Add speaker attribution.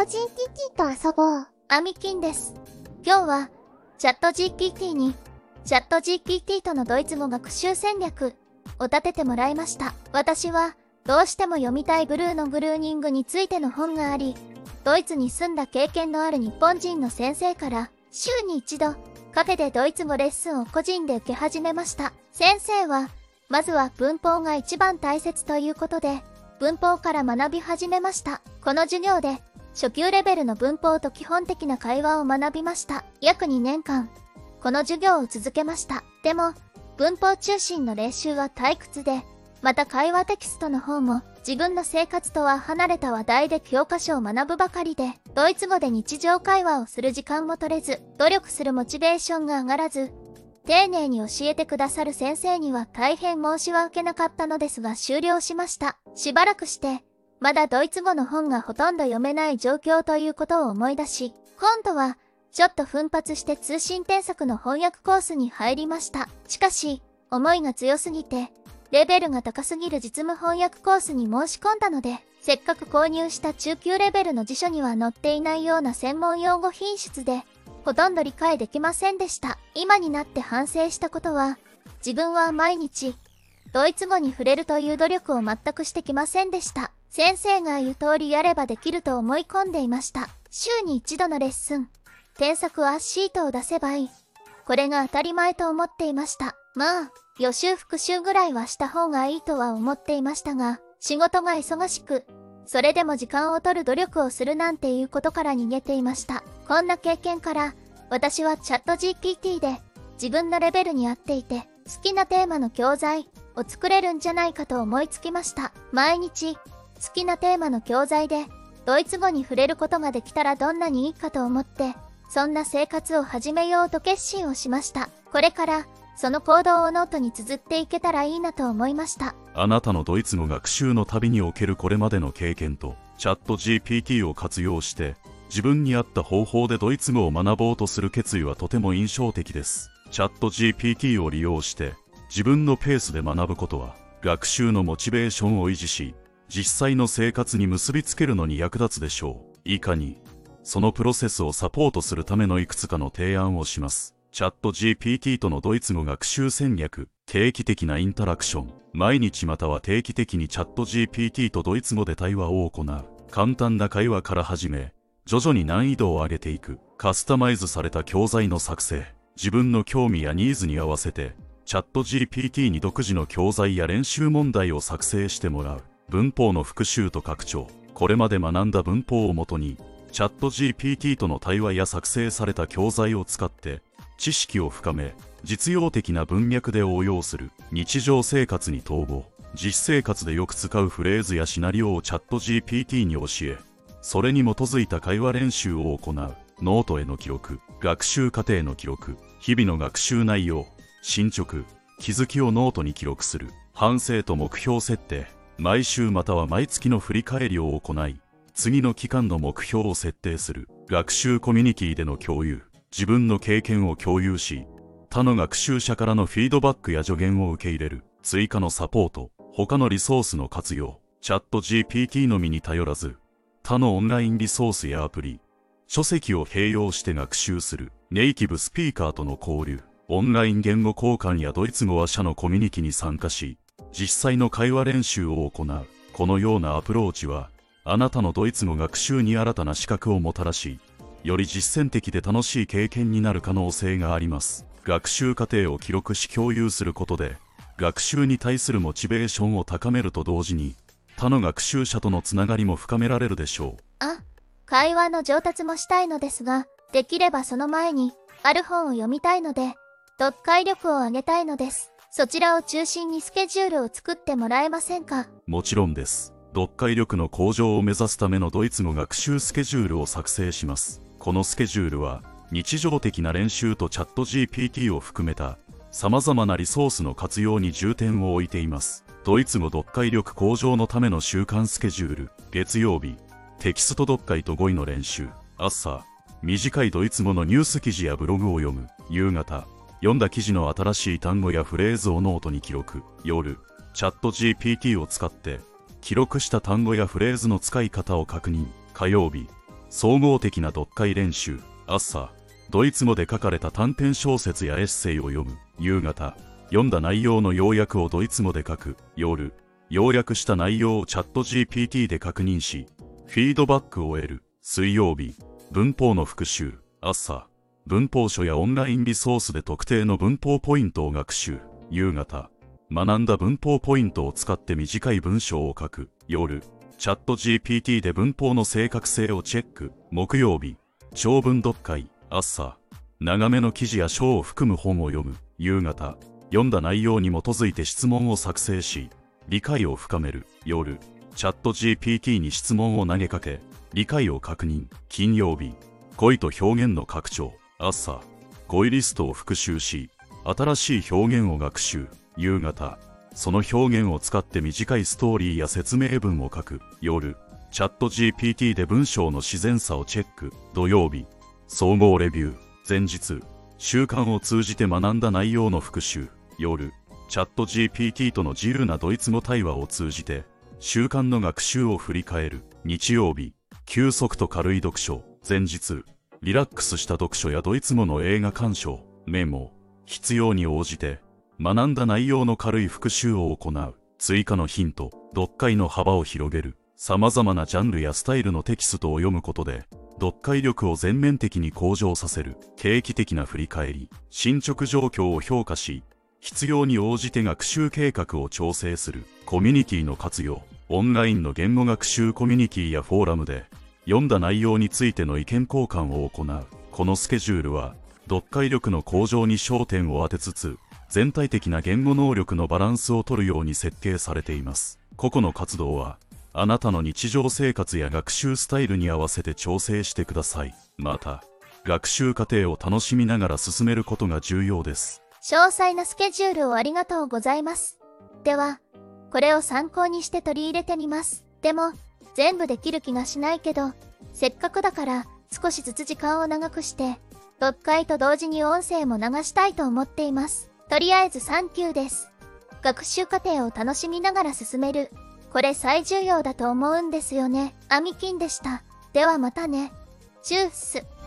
Speaker 1: GPT と遊ぼう。
Speaker 2: アミキンです。今日は、チャット GPT に、チャット GPT とのドイツ語学習戦略を立ててもらいました。私は、どうしても読みたいブルーのグルーニングについての本があり、ドイツに住んだ経験のある日本人の先生から、週に一度、カフェでドイツ語レッスンを個人で受け始めました。先生は、まずは文法が一番大切ということで、文法から学び始めました。この授業で、初級レベルの文法と基本的な会話を学びました。約2年間、この授業を続けました。でも、文法中心の練習は退屈で、また会話テキストの方も自分の生活とは離れた話題で教科書を学ぶばかりで、ドイツ語で日常会話をする時間も取れず、努力するモチベーションが上がらず、丁寧に教えてくださる先生には大変申し訳なかったのですが終了しました。しばらくして、まだドイツ語の本がほとんど読めない状況ということを思い出し、今度はちょっと奮発して通信添削の翻訳コースに入りました。しかし、思いが強すぎて、レベルが高すぎる実務翻訳コースに申し込んだので、せっかく購入した中級レベルの辞書には載っていないような専門用語品質で、ほとんど理解できませんでした。今になって反省したことは、自分は毎日、ドイツ語に触れるという努力を全くしてきませんでした。先生が言う通りやればできると思い込んでいました。週に一度のレッスン、添削はシートを出せばいい。これが当たり前と思っていました。まあ、予習復習ぐらいはした方がいいとは思っていましたが、仕事が忙しく、それでも時間を取る努力をするなんていうことから逃げていました。こんな経験から、私はチャット GPT で自分のレベルに合っていて、好きなテーマの教材を作れるんじゃないかと思いつきました。毎日、好きなテーマの教材でドイツ語に触れることができたらどんなにいいかと思って、そんな生活を始めようと決心をしました。これから、その行動をノートに綴っていけたらいいなと思いました。
Speaker 3: あなたのドイツ語学習の旅におけるこれまでの経験と、チャット GPT を活用して、自分に合った方法でドイツ語を学ぼうとする決意はとても印象的です。チャット GPT を利用して、自分のペースで学ぶことは、学習のモチベーションを維持し、実際の生活に結びつけるのに役立つでしょう。いかに、そのプロセスをサポートするためのいくつかの提案をします。チャット GPT とのドイツ語学習戦略、定期的なインタラクション。毎日または定期的にチャット GPT とドイツ語で対話を行う。簡単な会話から始め、徐々に難易度を上げていく。カスタマイズされた教材の作成。自分の興味やニーズに合わせて、チャット GPT に独自の教材や練習問題を作成してもらう。文法の復習と拡張。これまで学んだ文法をもとに、チャット GPT との対話や作成された教材を使って、知識を深め、実用的な文脈で応用する。日常生活に統合。実生活でよく使うフレーズやシナリオをチャット GPT に教え、それに基づいた会話練習を行う。ノートへの記録、学習過程の記録、日々の学習内容、進捗、気づきをノートに記録する。反省と目標設定。毎週または毎月の振り返りを行い、次の期間の目標を設定する。学習コミュニティでの共有。自分の経験を共有し、他の学習者からのフィードバックや助言を受け入れる。追加のサポート。他のリソースの活用。チャット GPT のみに頼らず、他のオンラインリソースやアプリ、書籍を併用して学習する。ネイティブスピーカーとの交流。オンライン言語交換やドイツ語話者のコミュニティに参加し、実際の会話練習を行う。このようなアプローチは、あなたのドイツ語学習に新たな資格をもたらし、より実践的で楽しい経験になる可能性があります。学習過程を記録し共有することで、学習に対するモチベーションを高めると同時に、他の学習者とのつながりも深められるでしょう。
Speaker 2: 会話の上達もしたいのですが、できればその前に、ある本を読みたいので、読解力を上げたいのです。そちらを中心にスケジュールを作ってもらえませんか？
Speaker 3: もちろんです。読解力の向上を目指すためのドイツ語学習スケジュールを作成します。このスケジュールは、日常的な練習とチャット GPT を含めた、様々なリソースの活用に重点を置いています。ドイツ語読解力向上のための週間スケジュール。月曜日、テキスト読解と語彙の練習。朝、短いドイツ語のニュース記事やブログを読む。夕方、読んだ記事の新しい単語やフレーズをノートに記録。夜、チャット GPT を使って、記録した単語やフレーズの使い方を確認。火曜日、 総合的な読解練習。朝、ドイツ語で書かれた短編小説やエッセイを読む。夕方、読んだ内容の要約をドイツ語で書く。夜、要約した内容をチャット GPT で確認し、フィードバックを得る。水曜日、文法の復習。朝、文法書やオンラインリソースで特定の文法ポイントを学習。夕方、学んだ文法ポイントを使って短い文章を書く。夜、チャット GPT で文法の正確性をチェック。木曜日、長文読解。朝、長めの記事や書を含む本を読む。夕方、読んだ内容に基づいて質問を作成し、理解を深める。夜、チャット GPT に質問を投げかけ、理解を確認。金曜日、語彙と表現の拡張。朝、語彙リストを復習し、新しい表現を学習。夕方、その表現を使って短いストーリーや説明文を書く。夜、チャット GPT で文章の自然さをチェック。土曜日、総合レビュー。前日、習慣を通じて学んだ内容の復習。夜、チャット GPT との自由なドイツ語対話を通じて、習慣の学習を振り返る。日曜日、休息と軽い読書。前日、リラックスした読書やドイツ語の映画鑑賞。メモ、必要に応じて、学んだ内容の軽い復習を行う。追加のヒント、読解の幅を広げる。様々なジャンルやスタイルのテキストを読むことで、読解力を全面的に向上させる。定期的な振り返り、進捗状況を評価し、必要に応じて学習計画を調整する。コミュニティの活用。オンラインの言語学習コミュニティやフォーラムで、読んだ内容についての意見交換を行う。このスケジュールは、読解力の向上に焦点を当てつつ、全体的な言語能力のバランスを取るように設計されています。個々の活動は、あなたの日常生活や学習スタイルに合わせて調整してください。また、学習過程を楽しみながら進めることが重要です。
Speaker 2: 詳細なスケジュールをありがとうございます。では、これを参考にして取り入れてみます。でも、全部できる気がしないけど、せっかくだから少しずつ時間を長くして、読解と同時に音声も流したいと思っています。とりあえずサンキューです。学習過程を楽しみながら進める。これ最重要だと思うんですよね。アミキンでした。ではまたね。チュース。